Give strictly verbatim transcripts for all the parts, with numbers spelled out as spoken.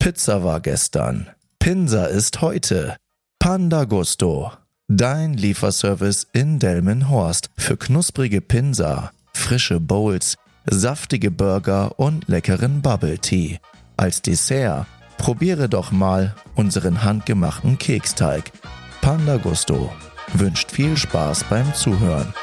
Pizza war gestern. Pinsa ist heute. Panda Gusto. Dein Lieferservice in Delmenhorst für knusprige Pinsa, frische Bowls, saftige Burger und leckeren Bubble Tea. Als Dessert probiere doch mal unseren handgemachten Keksteig. Panda Gusto wünscht viel Spaß beim Zuhören.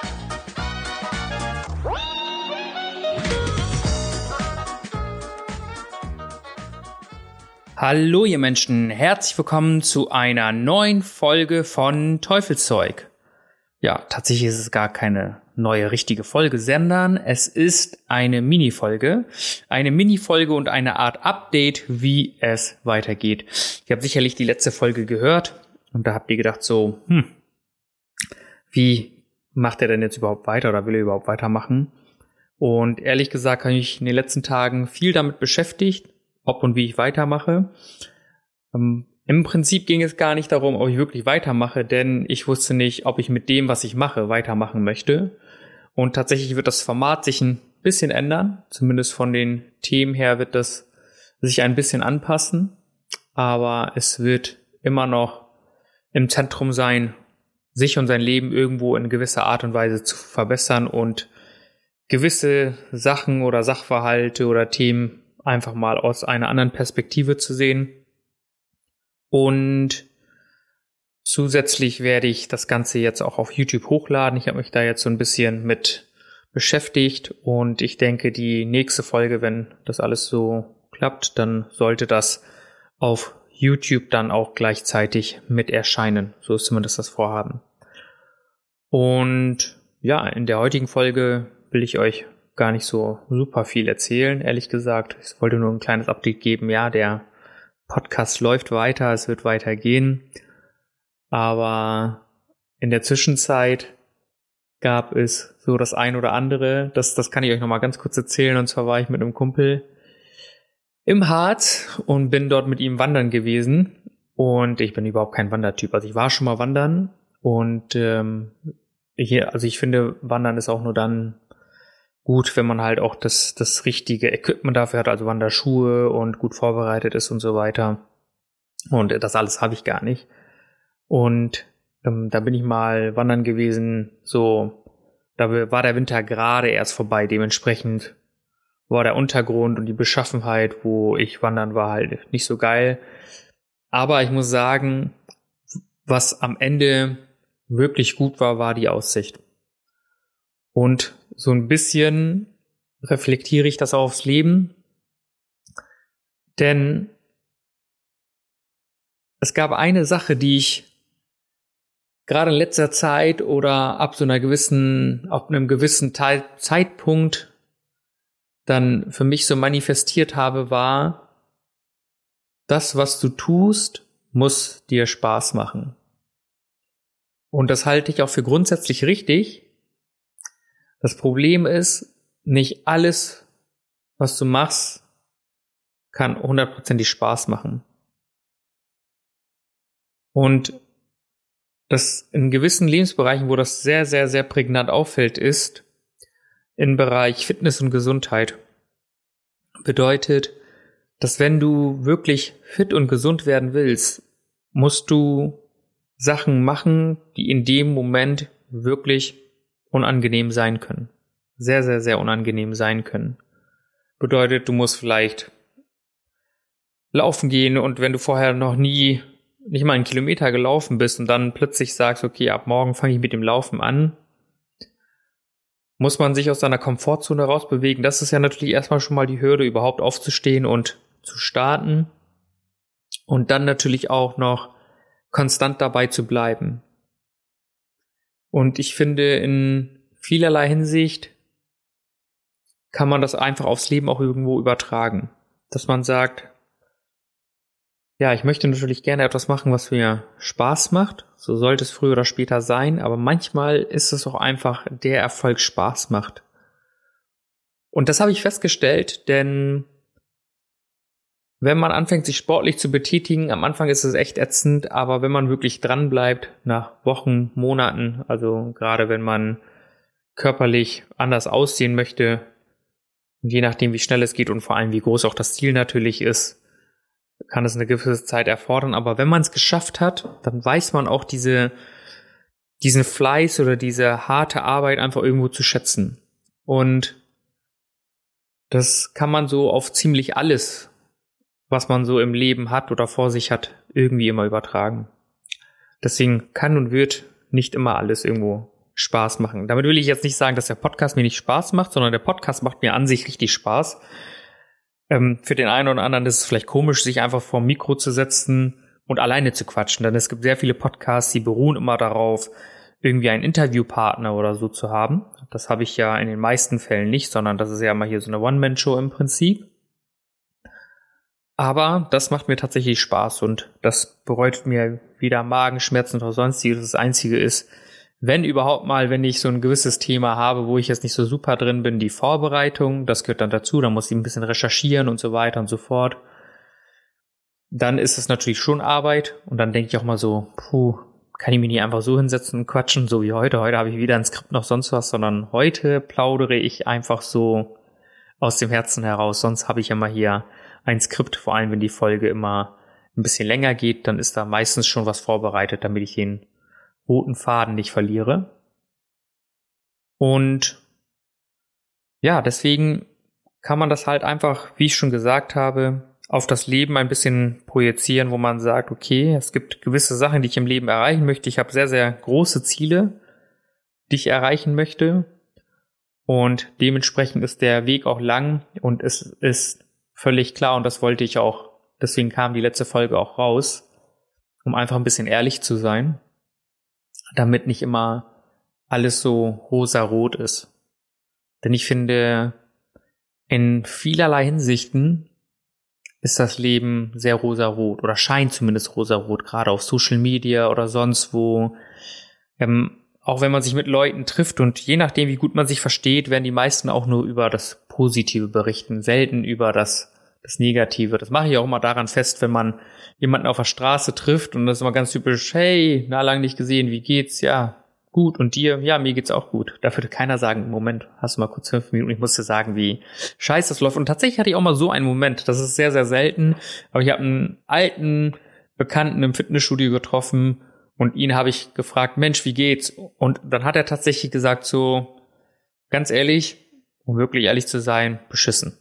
Hallo ihr Menschen, herzlich willkommen zu einer neuen Folge von Teufelszeug. Ja, tatsächlich ist es gar keine neue richtige Folge, sondern es ist eine Mini-Folge. Eine Mini-Folge und eine Art Update, wie es weitergeht. Ihr habt sicherlich die letzte Folge gehört und da habt ihr gedacht so, hm, wie macht er denn jetzt überhaupt weiter oder will er überhaupt weitermachen? Und ehrlich gesagt habe ich in den letzten Tagen viel damit beschäftigt, ob und wie ich weitermache. Ähm, Im Prinzip ging es gar nicht darum, ob ich wirklich weitermache, denn ich wusste nicht, ob ich mit dem, was ich mache, weitermachen möchte. Und tatsächlich wird das Format sich ein bisschen ändern. Zumindest von den Themen her wird das sich ein bisschen anpassen. Aber es wird immer noch im Zentrum sein, sich und sein Leben irgendwo in gewisser Art und Weise zu verbessern und gewisse Sachen oder Sachverhalte oder Themen einfach mal aus einer anderen Perspektive zu sehen. Und zusätzlich werde ich das Ganze jetzt auch auf YouTube hochladen. Ich habe mich da jetzt so ein bisschen mit beschäftigt und ich denke, die nächste Folge, wenn das alles so klappt, dann sollte das auf YouTube dann auch gleichzeitig mit erscheinen. So ist zumindest das Vorhaben. Und ja, in der heutigen Folge will ich euch gar nicht so super viel erzählen, ehrlich gesagt. Ich wollte nur ein kleines Update geben. Ja, der Podcast läuft weiter, es wird weitergehen. Aber in der Zwischenzeit gab es so das ein oder andere. Das, das kann ich euch nochmal ganz kurz erzählen. Und zwar war ich mit einem Kumpel im Harz und bin dort mit ihm wandern gewesen. Und ich bin überhaupt kein Wandertyp. Also ich war schon mal wandern. Und ähm, hier, also ich finde, Wandern ist auch nur dann gut, wenn man halt auch das, das richtige Equipment dafür hat, also Wanderschuhe und gut vorbereitet ist und so weiter. Und das alles habe ich gar nicht. Und ähm, da bin ich mal wandern gewesen, so, da war der Winter gerade erst vorbei, dementsprechend war der Untergrund und die Beschaffenheit, wo ich wandern war, halt nicht so geil. Aber ich muss sagen, was am Ende wirklich gut war, war die Aussicht. Und so ein bisschen reflektiere ich das auch aufs Leben, denn es gab eine Sache, die ich gerade in letzter Zeit oder ab so einer gewissen, ab einem gewissen Teil, Zeitpunkt dann für mich so manifestiert habe, war, das, was du tust, muss dir Spaß machen. Und das halte ich auch für grundsätzlich richtig. Das Problem ist, nicht alles, was du machst, kann hundertprozentig Spaß machen. Und das in gewissen Lebensbereichen, wo das sehr, sehr, sehr prägnant auffällt, ist im Bereich Fitness und Gesundheit. Bedeutet, dass wenn du wirklich fit und gesund werden willst, musst du Sachen machen, die in dem Moment wirklich unangenehm sein können. Sehr, sehr, sehr unangenehm sein können. Bedeutet, du musst vielleicht laufen gehen und wenn du vorher noch nie, nicht mal einen Kilometer gelaufen bist und dann plötzlich sagst, okay, ab morgen fange ich mit dem Laufen an, muss man sich aus seiner Komfortzone rausbewegen. Das ist ja natürlich erstmal schon mal die Hürde, überhaupt aufzustehen und zu starten und dann natürlich auch noch konstant dabei zu bleiben. Und ich finde, in vielerlei Hinsicht kann man das einfach aufs Leben auch irgendwo übertragen. Dass man sagt, ja, ich möchte natürlich gerne etwas machen, was mir Spaß macht. So sollte es früher oder später sein. Aber manchmal ist es auch einfach, der Erfolg Spaß macht. Und das habe ich festgestellt, denn wenn man anfängt, sich sportlich zu betätigen, am Anfang ist es echt ätzend, aber wenn man wirklich dran bleibt, nach Wochen, Monaten, also gerade wenn man körperlich anders aussehen möchte, und je nachdem, wie schnell es geht und vor allem, wie groß auch das Ziel natürlich ist, kann es eine gewisse Zeit erfordern. Aber wenn man es geschafft hat, dann weiß man auch diese, diesen Fleiß oder diese harte Arbeit einfach irgendwo zu schätzen. Und das kann man so auf ziemlich alles, was man so im Leben hat oder vor sich hat, irgendwie immer übertragen. Deswegen kann und wird nicht immer alles irgendwo Spaß machen. Damit will ich jetzt nicht sagen, dass der Podcast mir nicht Spaß macht, sondern der Podcast macht mir an sich richtig Spaß. Ähm, für den einen oder anderen ist es vielleicht komisch, sich einfach vor dem Mikro zu setzen und alleine zu quatschen. Denn es gibt sehr viele Podcasts, die beruhen immer darauf, irgendwie einen Interviewpartner oder so zu haben. Das habe ich ja in den meisten Fällen nicht, sondern das ist ja immer hier so eine One-Man-Show im Prinzip. Aber das macht mir tatsächlich Spaß und das bereitet mir weder Magenschmerzen oder sonstiges. Das Einzige ist, wenn überhaupt mal, wenn ich so ein gewisses Thema habe, wo ich jetzt nicht so super drin bin, die Vorbereitung, das gehört dann dazu, da muss ich ein bisschen recherchieren und so weiter und so fort. Dann ist es natürlich schon Arbeit und dann denke ich auch mal so, puh, kann ich mich nicht einfach so hinsetzen und quatschen, so wie heute. Heute habe ich weder ein Skript noch sonst was, sondern heute plaudere ich einfach so aus dem Herzen heraus. Sonst habe ich immer hier ein Skript, vor allem wenn die Folge immer ein bisschen länger geht, dann ist da meistens schon was vorbereitet, damit ich den roten Faden nicht verliere. Und ja, deswegen kann man das halt einfach, wie ich schon gesagt habe, auf das Leben ein bisschen projizieren, wo man sagt, okay, es gibt gewisse Sachen, die ich im Leben erreichen möchte. Ich habe sehr, sehr große Ziele, die ich erreichen möchte. Und dementsprechend ist der Weg auch lang und es ist völlig klar und das wollte ich auch, deswegen kam die letzte Folge auch raus, um einfach ein bisschen ehrlich zu sein, damit nicht immer alles so rosa-rot ist. Denn ich finde, in vielerlei Hinsichten ist das Leben sehr rosarot oder scheint zumindest rosarot, gerade auf Social Media oder sonst wo. Ähm, auch wenn man sich mit Leuten trifft und je nachdem, wie gut man sich versteht, werden die meisten auch nur über das Positive berichten, selten über das, das Negative. Das mache ich auch immer daran fest, wenn man jemanden auf der Straße trifft und das ist immer ganz typisch, hey, na, lang nicht gesehen, wie geht's? Ja, gut. Und dir? Ja, mir geht's auch gut. Da würde keiner sagen, Moment, hast du mal kurz fünf Minuten? Ich musste sagen, wie scheiße das läuft. Und tatsächlich hatte ich auch mal so einen Moment. Das ist sehr, sehr selten. Aber ich habe einen alten Bekannten im Fitnessstudio getroffen und ihn habe ich gefragt, Mensch, wie geht's? Und dann hat er tatsächlich gesagt so, ganz ehrlich, um wirklich ehrlich zu sein, beschissen.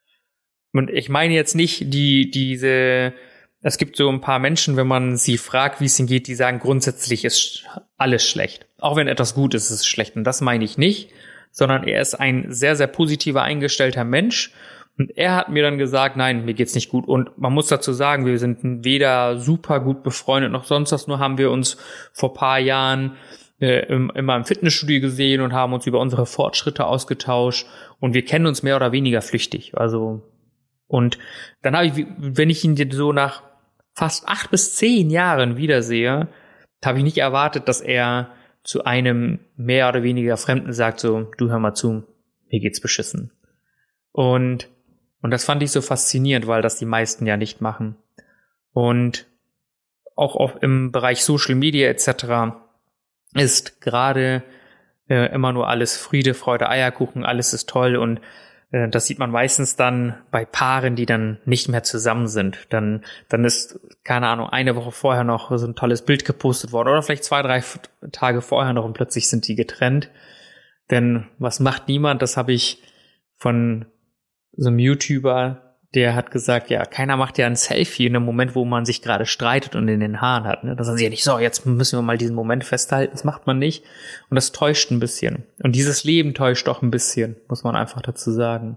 Und ich meine jetzt nicht die diese, es gibt so ein paar Menschen, wenn man sie fragt, wie es ihnen geht, die sagen, grundsätzlich ist alles schlecht. Auch wenn etwas gut ist, ist es schlecht. Und das meine ich nicht, sondern er ist ein sehr, sehr positiver eingestellter Mensch. Und er hat mir dann gesagt, nein, mir geht's nicht gut. Und man muss dazu sagen, wir sind weder super gut befreundet noch sonst was, nur haben wir uns vor paar Jahren äh, im, immer im Fitnessstudio gesehen und haben uns über unsere Fortschritte ausgetauscht. Und wir kennen uns mehr oder weniger flüchtig. Also, und dann habe ich, wenn ich ihn so nach fast acht bis zehn Jahren wiedersehe, habe ich nicht erwartet, dass er zu einem mehr oder weniger Fremden sagt, so, du hör mal zu, mir geht's beschissen. Und, und das fand ich so faszinierend, weil das die meisten ja nicht machen. Und auch, auch im Bereich Social Media et cetera ist gerade äh, immer nur alles Friede, Freude, Eierkuchen, alles ist toll und äh, das sieht man meistens dann bei Paaren, die dann nicht mehr zusammen sind. Dann, dann ist, keine Ahnung, eine Woche vorher noch so ein tolles Bild gepostet worden oder vielleicht zwei, drei Tage vorher noch und plötzlich sind die getrennt. Denn was macht niemand? Das habe ich von so einem YouTuber, der hat gesagt, ja, keiner macht ja ein Selfie in einem Moment, wo man sich gerade streitet und in den Haaren hat. Ne? Da sagen sie ja nicht, so, jetzt müssen wir mal diesen Moment festhalten. Das macht man nicht. Und das täuscht ein bisschen. Und dieses Leben täuscht auch ein bisschen, muss man einfach dazu sagen.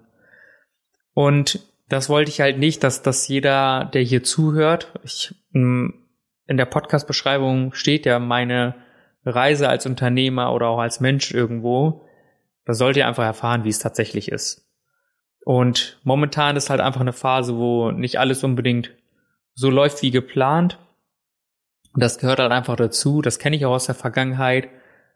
Und das wollte ich halt nicht, dass, dass jeder, der hier zuhört, ich, in der Podcast-Beschreibung steht ja meine Reise als Unternehmer oder auch als Mensch irgendwo. Da sollt ihr einfach erfahren, wie es tatsächlich ist. Und momentan ist halt einfach eine Phase, wo nicht alles unbedingt so läuft wie geplant. Und das gehört halt einfach dazu. Das kenne ich auch aus der Vergangenheit.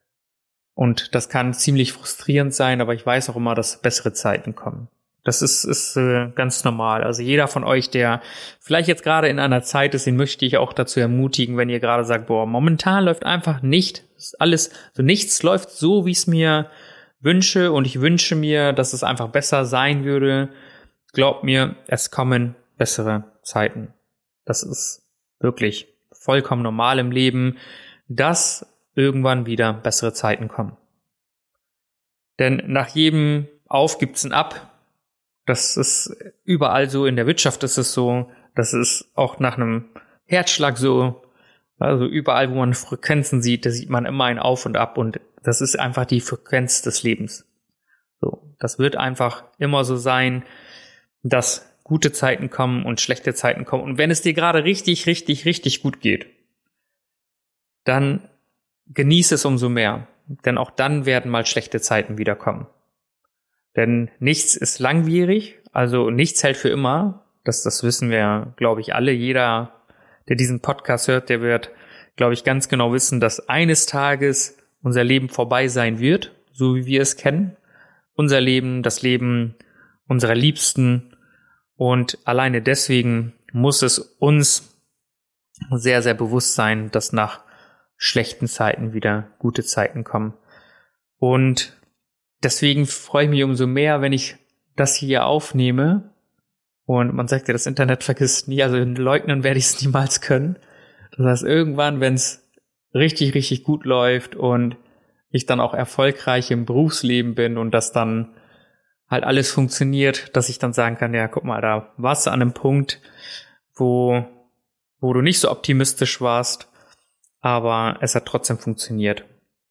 Und das kann ziemlich frustrierend sein, aber ich weiß auch immer, dass bessere Zeiten kommen. Das ist, ist äh, ganz normal. Also jeder von euch, der vielleicht jetzt gerade in einer Zeit ist, den möchte ich auch dazu ermutigen, wenn ihr gerade sagt, boah, momentan läuft einfach nicht, ist alles, so nichts läuft so, wie es mir wünsche und ich wünsche mir, dass es einfach besser sein würde. Glaubt mir, es kommen bessere Zeiten. Das ist wirklich vollkommen normal im Leben, dass irgendwann wieder bessere Zeiten kommen. Denn nach jedem Auf gibt's ein Ab. Das ist überall so, in der Wirtschaft ist es so, das ist auch nach einem Herzschlag so. Also überall, wo man Frequenzen sieht, da sieht man immer ein Auf und Ab und das ist einfach die Frequenz des Lebens. So, das wird einfach immer so sein, dass gute Zeiten kommen und schlechte Zeiten kommen. Und wenn es dir gerade richtig, richtig, richtig gut geht, dann genieße es umso mehr. Denn auch dann werden mal schlechte Zeiten wiederkommen. Denn nichts ist langwierig, also nichts hält für immer. Das, das wissen wir, glaube ich, alle. Jeder, der diesen Podcast hört, der wird, glaube ich, ganz genau wissen, dass eines Tages unser Leben vorbei sein wird, so wie wir es kennen. Unser Leben, das Leben unserer Liebsten. Und alleine deswegen muss es uns sehr, sehr bewusst sein, dass nach schlechten Zeiten wieder gute Zeiten kommen. Und deswegen freue ich mich umso mehr, wenn ich das hier aufnehme. Und man sagt ja, das Internet vergisst nie, also leugnen werde ich es niemals können. Das heißt, irgendwann, wenn es richtig, richtig gut läuft und ich dann auch erfolgreich im Berufsleben bin und das dann halt alles funktioniert, dass ich dann sagen kann, ja, guck mal, da warst du an einem Punkt, wo, wo du nicht so optimistisch warst, aber es hat trotzdem funktioniert.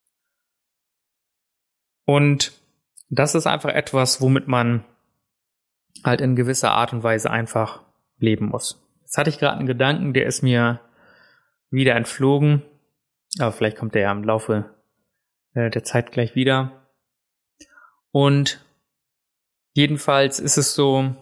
Und das ist einfach etwas, womit man halt in gewisser Art und Weise einfach leben muss. Jetzt hatte ich gerade einen Gedanken, der ist mir wieder entflogen, aber vielleicht kommt der ja im Laufe äh, der Zeit gleich wieder. Und jedenfalls ist es so,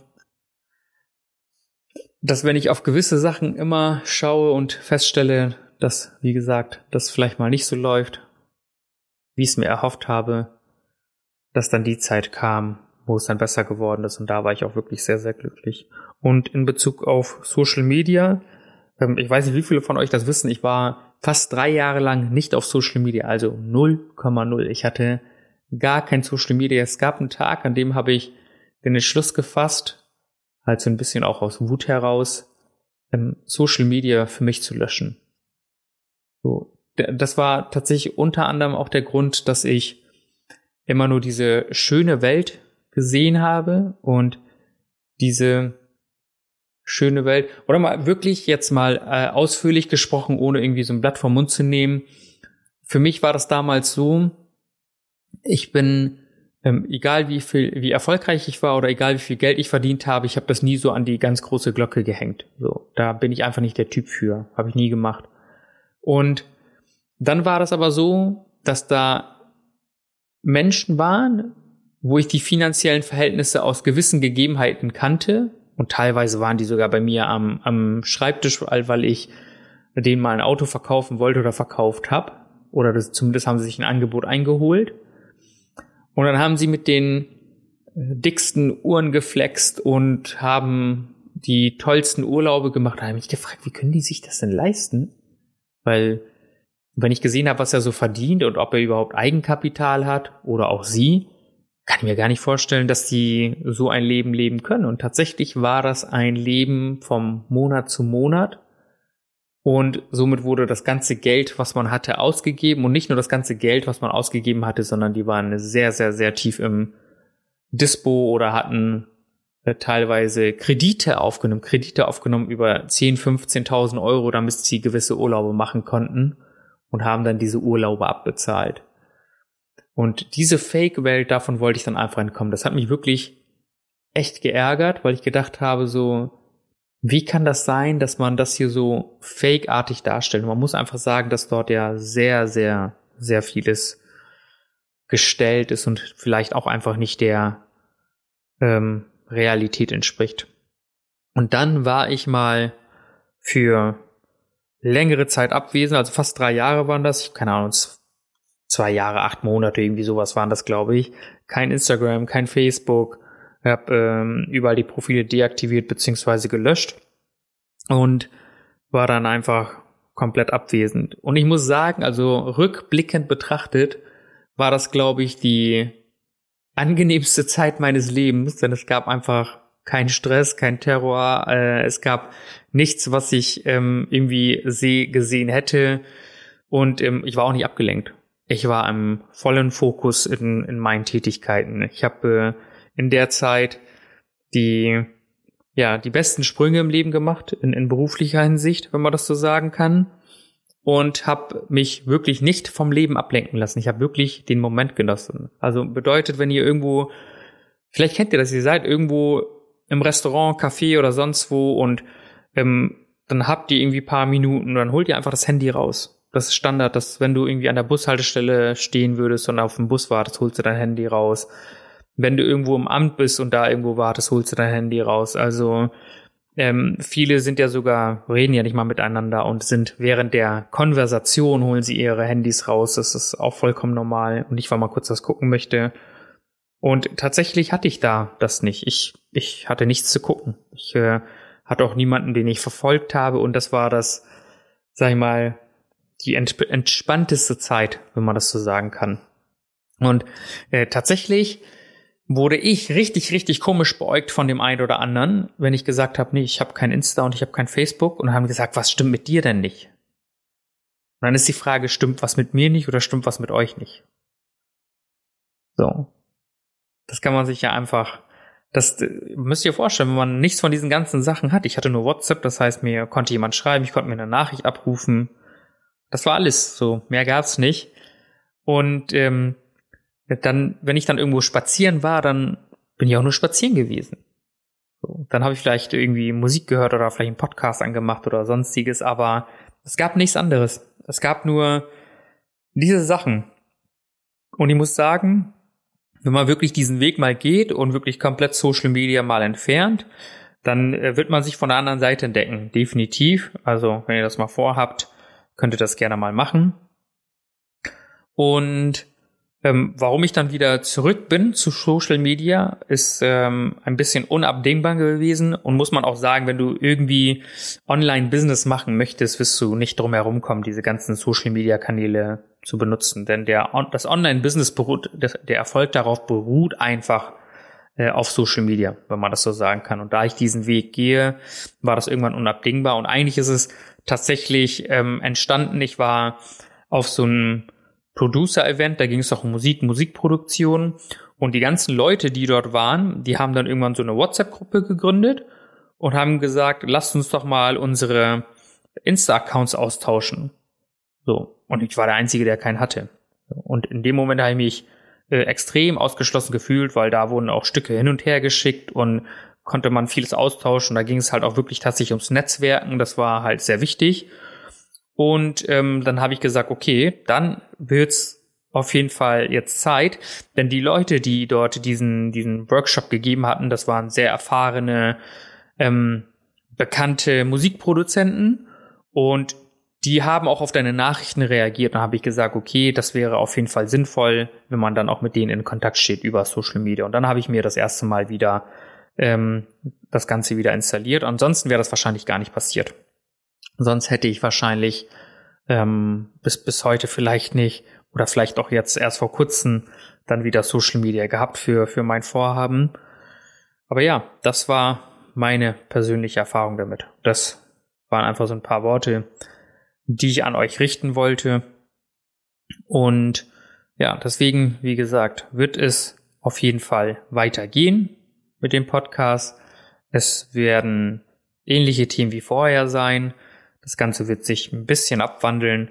dass wenn ich auf gewisse Sachen immer schaue und feststelle, dass, wie gesagt, das vielleicht mal nicht so läuft, wie ich es mir erhofft habe, dass dann die Zeit kam, wo es dann besser geworden ist. Und da war ich auch wirklich sehr, sehr glücklich. Und in Bezug auf Social Media, ähm, ich weiß nicht, wie viele von euch das wissen, ich war fast drei Jahre lang nicht auf Social Media, also null Komma null. Ich hatte gar kein Social Media. Es gab einen Tag, an dem habe ich den Entschluss gefasst, halt so ein bisschen auch aus Wut heraus, ähm, Social Media für mich zu löschen. So, das war tatsächlich unter anderem auch der Grund, dass ich immer nur diese schöne Welt gesehen habe und diese schöne Welt, oder mal wirklich jetzt mal äh, ausführlich gesprochen, ohne irgendwie so ein Blatt vom Mund zu nehmen. Für mich war das damals so, ich bin, ähm, egal wie viel, wie erfolgreich ich war oder egal wie viel Geld ich verdient habe, ich habe das nie so an die ganz große Glocke gehängt. So, da bin ich einfach nicht der Typ für, habe ich nie gemacht. Und dann war das aber so, dass da Menschen waren, wo ich die finanziellen Verhältnisse aus gewissen Gegebenheiten kannte. Und teilweise waren die sogar bei mir am, am Schreibtisch, weil ich denen mal ein Auto verkaufen wollte oder verkauft habe. Oder das, zumindest haben sie sich ein Angebot eingeholt. Und dann haben sie mit den dicksten Uhren geflext und haben die tollsten Urlaube gemacht. Da habe ich mich gefragt, wie können die sich das denn leisten? Weil wenn ich gesehen habe, was er so verdient und ob er überhaupt Eigenkapital hat oder auch sie, kann ich mir gar nicht vorstellen, dass die so ein Leben leben können. Und tatsächlich war das ein Leben vom Monat zu Monat. Und somit wurde das ganze Geld, was man hatte, ausgegeben. Und nicht nur das ganze Geld, was man ausgegeben hatte, sondern die waren sehr, sehr, sehr tief im Dispo oder hatten äh, teilweise Kredite aufgenommen. Kredite aufgenommen über zehntausend, fünfzehntausend Euro, damit sie gewisse Urlaube machen konnten. Und haben dann diese Urlaube abbezahlt. Und diese Fake-Welt, davon wollte ich dann einfach entkommen. Das hat mich wirklich echt geärgert, weil ich gedacht habe so, wie kann das sein, dass man das hier so fake-artig darstellt? Und man muss einfach sagen, dass dort ja sehr, sehr, sehr vieles gestellt ist und vielleicht auch einfach nicht der ähm, Realität entspricht. Und dann war ich mal für längere Zeit abwesend, also fast drei Jahre waren das, ich keine Ahnung, zwei Jahre, acht Monate, irgendwie sowas waren das, glaube ich. Kein Instagram, kein Facebook, ich habe ähm, überall die Profile deaktiviert beziehungsweise gelöscht und war dann einfach komplett abwesend. Und ich muss sagen, also rückblickend betrachtet, war das, glaube ich, die angenehmste Zeit meines Lebens, denn es gab einfach kein Stress, kein Terror. Äh, es gab nichts, was ich ähm, irgendwie seh, gesehen hätte. Und ähm, ich war auch nicht abgelenkt. Ich war im vollen Fokus in, in meinen Tätigkeiten. Ich habe äh, in der Zeit die, ja, die besten Sprünge im Leben gemacht, in, in beruflicher Hinsicht, wenn man das so sagen kann. Und habe mich wirklich nicht vom Leben ablenken lassen. Ich habe wirklich den Moment genossen. Also bedeutet, wenn ihr irgendwo, vielleicht kennt ihr das, ihr seid irgendwo im Restaurant, Café oder sonst wo und ähm, dann habt ihr irgendwie ein paar Minuten und dann holt ihr einfach das Handy raus. Das ist Standard, dass wenn du irgendwie an der Bushaltestelle stehen würdest und auf dem Bus wartest, holst du dein Handy raus. Wenn du irgendwo im Amt bist und da irgendwo wartest, holst du dein Handy raus. Also ähm, viele sind ja sogar, reden ja nicht mal miteinander und sind während der Konversation, holen sie ihre Handys raus. Das ist auch vollkommen normal. Und ich, weil mal kurz was gucken möchte. Und tatsächlich hatte ich da das nicht. Ich, ich hatte nichts zu gucken. Ich äh, hatte auch niemanden, den ich verfolgt habe. Und das war das, sag ich mal, die ent- entspannteste Zeit, wenn man das so sagen kann. Und äh, tatsächlich wurde ich richtig, richtig komisch beäugt von dem einen oder anderen, wenn ich gesagt habe, nee, ich habe kein Insta und ich habe kein Facebook. Und haben gesagt, was stimmt mit dir denn nicht? Und dann ist die Frage, stimmt was mit mir nicht oder stimmt was mit euch nicht? So. Das kann man sich ja einfach, das müsst ihr vorstellen, wenn man nichts von diesen ganzen Sachen hat. Ich hatte nur WhatsApp, das heißt, mir konnte jemand schreiben, ich konnte mir eine Nachricht abrufen. Das war alles so, mehr gab's nicht. Und ähm, dann, wenn ich dann irgendwo spazieren war, dann bin ich auch nur spazieren gewesen. So, dann habe ich vielleicht irgendwie Musik gehört oder vielleicht einen Podcast angemacht oder sonstiges, aber es gab nichts anderes. Es gab nur diese Sachen. Und ich muss sagen, wenn man wirklich diesen Weg mal geht und wirklich komplett Social Media mal entfernt, dann äh, wird man sich von der anderen Seite entdecken. Definitiv. Also, wenn ihr das mal vorhabt, könnt ihr das gerne mal machen. Und ähm, warum ich dann wieder zurück bin zu Social Media, ist ähm, ein bisschen unabdingbar gewesen und muss man auch sagen, wenn du irgendwie Online-Business machen möchtest, wirst du nicht drum herum kommen, diese ganzen Social Media Kanäle zu benutzen, denn der das Online-Business beruht, der Erfolg darauf beruht einfach äh, auf Social Media, wenn man das so sagen kann. Und da ich diesen Weg gehe, war das irgendwann unabdingbar. Und eigentlich ist es tatsächlich ähm, entstanden. Ich war auf so einem Producer-Event, da ging es auch um Musik, Musikproduktion. Und die ganzen Leute, die dort waren, die haben dann irgendwann so eine WhatsApp-Gruppe gegründet und haben gesagt, lasst uns doch mal unsere Insta-Accounts austauschen. So. Und ich war der Einzige, der keinen hatte. Und in dem Moment habe ich mich äh, extrem ausgeschlossen gefühlt, weil da wurden auch Stücke hin und her geschickt und konnte man vieles austauschen. Da ging es halt auch wirklich tatsächlich ums Netzwerken. Das war halt sehr wichtig. Und ähm, dann habe ich gesagt, okay, dann wird's auf jeden Fall jetzt Zeit. Denn die Leute, die dort diesen diesen Workshop gegeben hatten, das waren sehr erfahrene, ähm, bekannte Musikproduzenten. Und die haben auch auf deine Nachrichten reagiert. Dann habe ich gesagt, okay, das wäre auf jeden Fall sinnvoll, wenn man dann auch mit denen in Kontakt steht über Social Media. Und dann habe ich mir das erste Mal wieder ähm, das Ganze wieder installiert. Ansonsten wäre das wahrscheinlich gar nicht passiert. Sonst hätte ich wahrscheinlich ähm, bis bis heute vielleicht nicht oder vielleicht auch jetzt erst vor kurzem dann wieder Social Media gehabt für für mein Vorhaben. Aber ja, das war meine persönliche Erfahrung damit. Das waren einfach so ein paar Worte, die ich an euch richten wollte. Und ja, deswegen, wie gesagt, wird es auf jeden Fall weitergehen mit dem Podcast. Es werden ähnliche Themen wie vorher sein. Das Ganze wird sich ein bisschen abwandeln.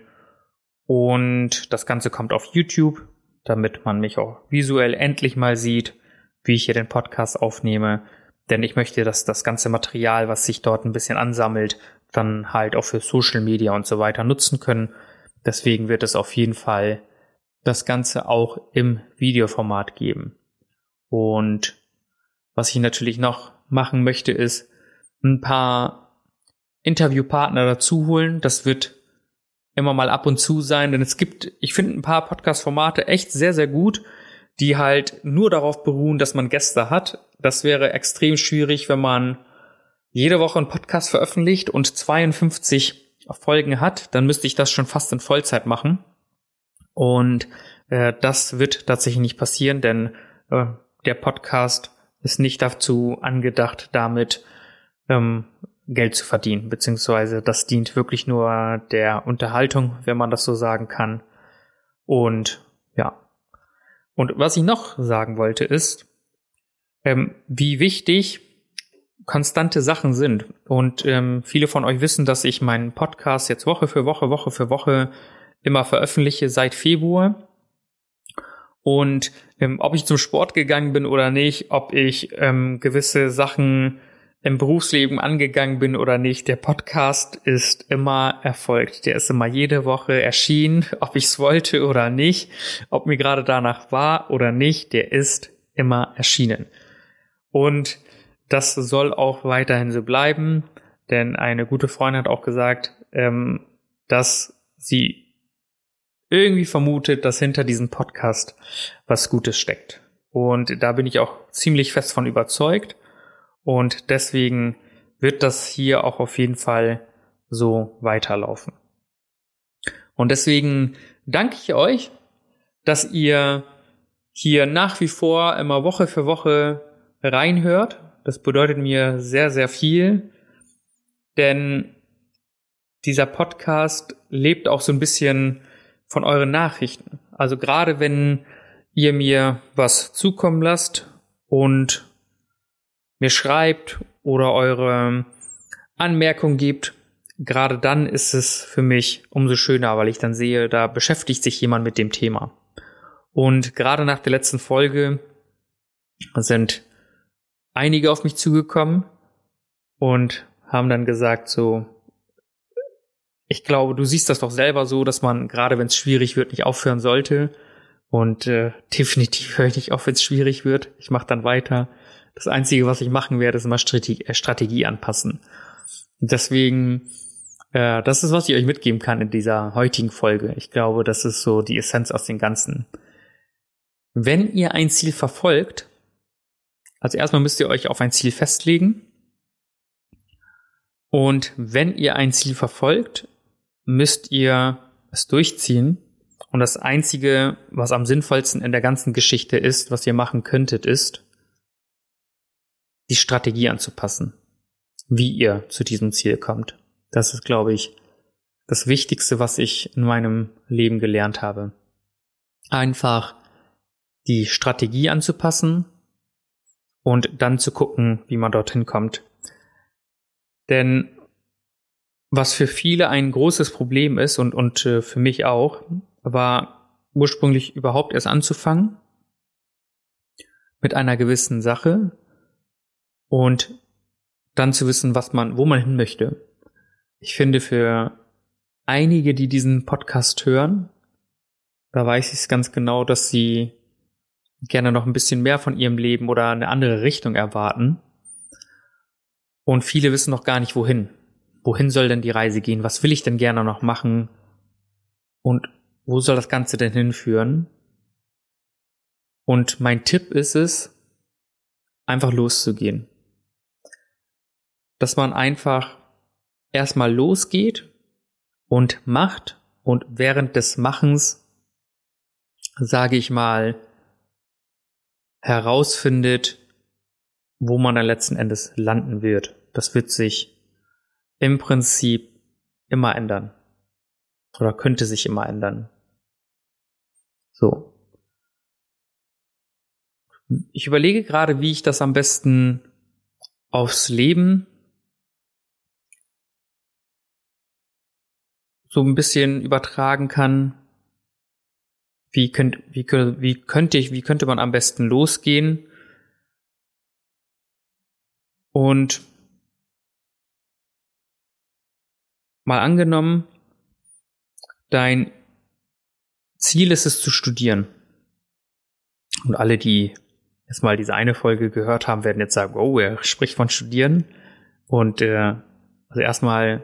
Und das Ganze kommt auf YouTube, damit man mich auch visuell endlich mal sieht, wie ich hier den Podcast aufnehme. Denn ich möchte, dass das ganze Material, was sich dort ein bisschen ansammelt, dann halt auch für Social Media und so weiter nutzen können. Deswegen wird es auf jeden Fall das Ganze auch im Videoformat geben. Und was ich natürlich noch machen möchte, ist ein paar Interviewpartner dazu holen. Das wird immer mal ab und zu sein, denn es gibt, ich finde ein paar Podcast-Formate echt sehr, sehr gut, die halt nur darauf beruhen, dass man Gäste hat. Das wäre extrem schwierig, wenn man jede Woche einen Podcast veröffentlicht und zweiundfünfzig Folgen hat, dann müsste ich das schon fast in Vollzeit machen. Und äh, das wird tatsächlich nicht passieren, denn äh, der Podcast ist nicht dazu angedacht, damit ähm, Geld zu verdienen, beziehungsweise das dient wirklich nur der Unterhaltung, wenn man das so sagen kann. Und ja. Und was ich noch sagen wollte ist, ähm, wie wichtig konstante Sachen sind. Und ähm, viele von euch wissen, dass ich meinen Podcast jetzt Woche für Woche, Woche für Woche immer veröffentliche seit Februar. Und ähm, ob ich zum Sport gegangen bin oder nicht, ob ich ähm, gewisse Sachen im Berufsleben angegangen bin oder nicht, der Podcast ist immer erfolgt. Der ist immer jede Woche erschienen, ob ich es wollte oder nicht, ob mir gerade danach war oder nicht, der ist immer erschienen. Und das soll auch weiterhin so bleiben, denn eine gute Freundin hat auch gesagt, ähm, dass sie irgendwie vermutet, dass hinter diesem Podcast was Gutes steckt. Und da bin ich auch ziemlich fest von überzeugt. Und deswegen wird das hier auch auf jeden Fall so weiterlaufen. Und deswegen danke ich euch, dass ihr hier nach wie vor immer Woche für Woche reinhört. Das bedeutet mir sehr, sehr viel, denn dieser Podcast lebt auch so ein bisschen von euren Nachrichten. Also gerade wenn ihr mir was zukommen lasst und mir schreibt oder eure Anmerkungen gebt, gerade dann ist es für mich umso schöner, weil ich dann sehe, da beschäftigt sich jemand mit dem Thema. Und gerade nach der letzten Folge sind einige auf mich zugekommen und haben dann gesagt so, ich glaube, du siehst das doch selber so, dass man, gerade wenn es schwierig wird, nicht aufhören sollte. Und äh, definitiv höre ich nicht auf, wenn es schwierig wird. Ich mache dann weiter. Das Einzige, was ich machen werde, ist immer Strategie, äh, Strategie anpassen. Und deswegen, äh, das ist, was ich euch mitgeben kann in dieser heutigen Folge. Ich glaube, das ist so die Essenz aus dem Ganzen. Wenn ihr ein Ziel verfolgt, also erstmal müsst ihr euch auf ein Ziel festlegen. Und wenn ihr ein Ziel verfolgt, müsst ihr es durchziehen. Und das Einzige, was am sinnvollsten in der ganzen Geschichte ist, was ihr machen könntet, ist, die Strategie anzupassen, wie ihr zu diesem Ziel kommt. Das ist, glaube ich, das Wichtigste, was ich in meinem Leben gelernt habe. Einfach die Strategie anzupassen und dann zu gucken, wie man dorthin kommt. Denn was für viele ein großes Problem ist und, und äh, für mich auch, war ursprünglich überhaupt erst anzufangen mit einer gewissen Sache und dann zu wissen, was man, wo man hin möchte. Ich finde, für einige, die diesen Podcast hören, da weiß ich es ganz genau, dass sie gerne noch ein bisschen mehr von ihrem Leben oder eine andere Richtung erwarten. Und viele wissen noch gar nicht, wohin. Wohin soll denn die Reise gehen? Was will ich denn gerne noch machen? Und wo soll das Ganze denn hinführen? Und mein Tipp ist es, einfach loszugehen. Dass man einfach erstmal losgeht und macht und während des Machens, sage ich mal, herausfindet, wo man dann letzten Endes landen wird. Das wird sich im Prinzip immer ändern. Oder könnte sich immer ändern. So. Ich überlege gerade, wie ich das am besten aufs Leben so ein bisschen übertragen kann. Wie könnt, wie, wie könnte ich, wie könnte man am besten losgehen? Und mal angenommen, dein Ziel ist es zu studieren. Und alle, die jetzt mal diese eine Folge gehört haben, werden jetzt sagen, oh, er spricht von Studieren. Und äh, also erstmal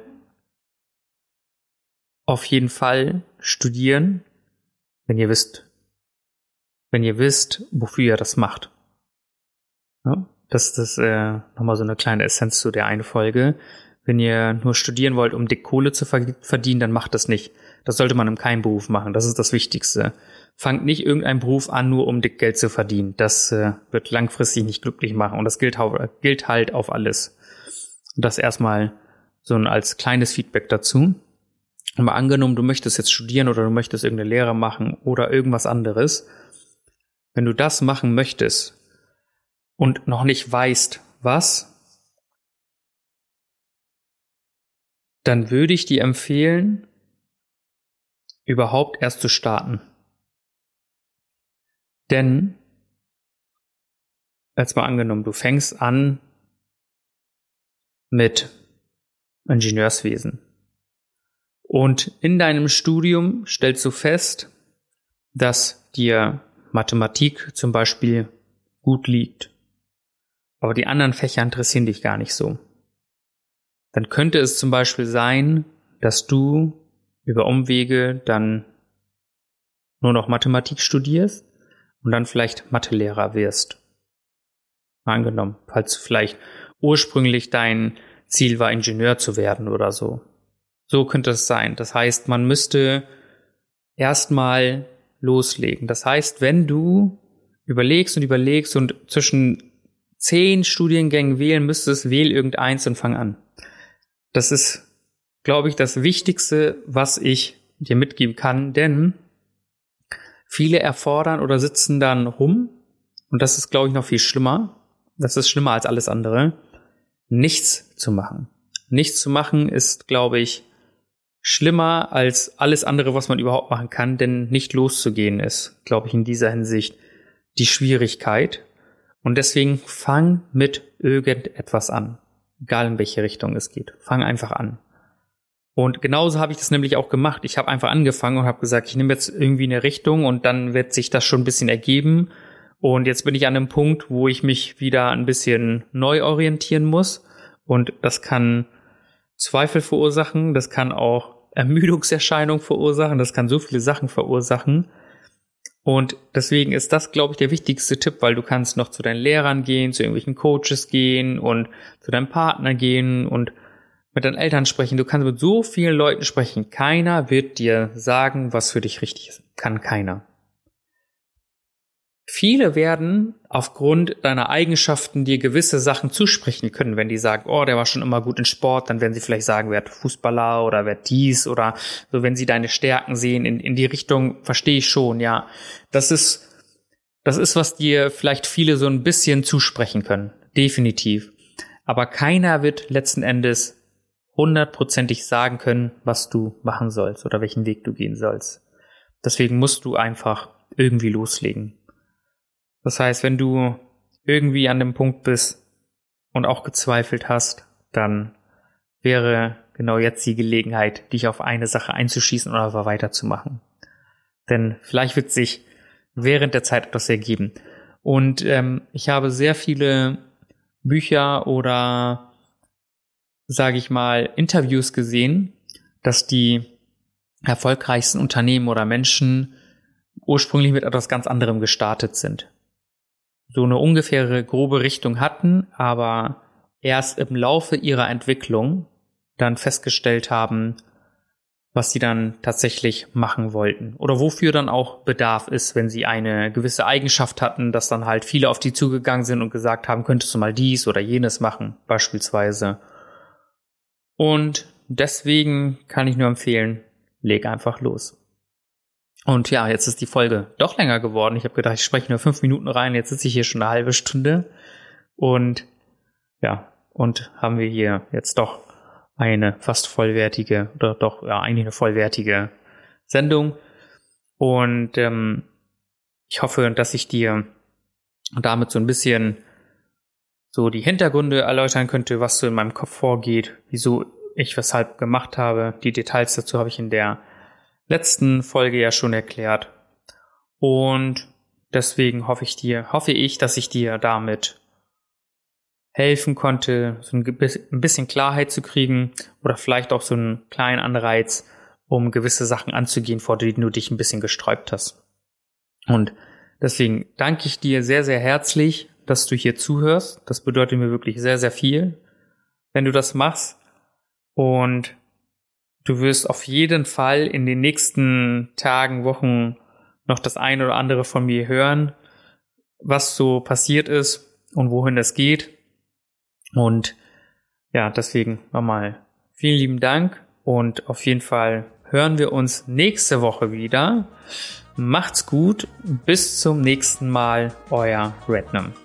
auf jeden Fall studieren, wenn ihr wisst, wenn ihr wisst, wofür ihr das macht. Ja, das ist äh, nochmal so eine kleine Essenz zu der einen Folge. wenn ihr nur studieren wollt, um dick Kohle zu verdienen, dann macht das nicht. Das sollte man in keinem Beruf machen. Das ist das Wichtigste. Fangt nicht irgendeinen Beruf an, nur um dick Geld zu verdienen. Das äh, wird langfristig nicht glücklich machen. Und das gilt, gilt halt auf alles. Und das erstmal so ein, als kleines Feedback dazu. Und mal angenommen, du möchtest jetzt studieren oder du möchtest irgendeine Lehre machen oder irgendwas anderes. Wenn du das machen möchtest und noch nicht weißt, was, dann würde ich dir empfehlen, überhaupt erst zu starten. Denn, jetzt mal angenommen, du fängst an mit Ingenieurswesen. Und in deinem Studium stellst du fest, dass dir Mathematik zum Beispiel gut liegt. Aber die anderen Fächer interessieren dich gar nicht so. Dann könnte es zum Beispiel sein, dass du über Umwege dann nur noch Mathematik studierst und dann vielleicht Mathelehrer wirst. Mal angenommen, falls vielleicht ursprünglich dein Ziel war, Ingenieur zu werden oder so. So könnte es sein. Das heißt, man müsste erstmal loslegen. Das heißt, wenn du überlegst und überlegst und zwischen zehn Studiengängen wählen müsstest, wähl irgendeins und fang an. Das ist, glaube ich, das Wichtigste, was ich dir mitgeben kann, denn viele erfordern oder sitzen dann rum, und das ist, glaube ich, noch viel schlimmer, das ist schlimmer als alles andere, nichts zu machen. Nichts zu machen ist, glaube ich, schlimmer als alles andere, was man überhaupt machen kann, denn nicht loszugehen ist, glaube ich, in dieser Hinsicht die Schwierigkeit. Und deswegen fang mit irgendetwas an. Egal in welche Richtung es geht. Fang einfach an. Und genauso habe ich das nämlich auch gemacht. Ich habe einfach angefangen und habe gesagt, ich nehme jetzt irgendwie eine Richtung und dann wird sich das schon ein bisschen ergeben. Und jetzt bin ich an einem Punkt, wo ich mich wieder ein bisschen neu orientieren muss. Und das kann Zweifel verursachen, das kann auch Ermüdungserscheinungen verursachen, das kann so viele Sachen verursachen. Und deswegen ist das, glaube ich, der wichtigste Tipp, weil du kannst noch zu deinen Lehrern gehen, zu irgendwelchen Coaches gehen und zu deinem Partner gehen und mit deinen Eltern sprechen. Du kannst mit so vielen Leuten sprechen. Keiner wird dir sagen, was für dich richtig ist. Kann keiner. Viele werden aufgrund deiner Eigenschaften dir gewisse Sachen zusprechen können. Wenn die sagen, oh, der war schon immer gut in Sport, dann werden sie vielleicht sagen, wer Fußballer oder wer dies oder so. Wenn sie deine Stärken sehen, in, in die Richtung, verstehe ich schon, ja. Das ist, das ist, was dir vielleicht viele so ein bisschen zusprechen können. Definitiv. Aber keiner wird letzten Endes hundertprozentig sagen können, was du machen sollst oder welchen Weg du gehen sollst. Deswegen musst du einfach irgendwie loslegen. Das heißt, wenn du irgendwie an dem Punkt bist und auch gezweifelt hast, dann wäre genau jetzt die Gelegenheit, dich auf eine Sache einzuschießen oder einfach weiterzumachen. Denn vielleicht wird sich während der Zeit etwas ergeben. Und ähm, ich habe sehr viele Bücher oder, sage ich mal, Interviews gesehen, dass die erfolgreichsten Unternehmen oder Menschen ursprünglich mit etwas ganz anderem gestartet sind. So eine ungefähre grobe Richtung hatten, aber erst im Laufe ihrer Entwicklung dann festgestellt haben, was sie dann tatsächlich machen wollten oder wofür dann auch Bedarf ist, wenn sie eine gewisse Eigenschaft hatten, dass dann halt viele auf die zugegangen sind und gesagt haben, könntest du mal dies oder jenes machen, beispielsweise. Und deswegen kann ich nur empfehlen, leg einfach los. Und ja, jetzt ist die Folge doch länger geworden. Ich habe gedacht, ich spreche nur fünf Minuten rein. Jetzt sitze ich hier schon eine halbe Stunde. Und ja, und haben wir hier jetzt doch eine fast vollwertige, oder doch, ja, eigentlich eine vollwertige Sendung. Und ähm, ich hoffe, dass ich dir damit so ein bisschen so die Hintergründe erläutern könnte, was so in meinem Kopf vorgeht, wieso ich weshalb gemacht habe. Die Details dazu habe ich in der letzten Folge ja schon erklärt. Und deswegen hoffe ich dir, hoffe ich, dass ich dir damit helfen konnte, so ein bisschen Klarheit zu kriegen oder vielleicht auch so einen kleinen Anreiz, um gewisse Sachen anzugehen, vor denen du dich ein bisschen gesträubt hast. Und deswegen danke ich dir sehr, sehr herzlich, dass du hier zuhörst. Das bedeutet mir wirklich sehr, sehr viel, wenn du das machst. Und du wirst auf jeden Fall in den nächsten Tagen, Wochen noch das ein oder andere von mir hören, was so passiert ist und wohin es geht. Und ja, deswegen nochmal vielen lieben Dank und auf jeden Fall hören wir uns nächste Woche wieder. Macht's gut, bis zum nächsten Mal, euer Rednam.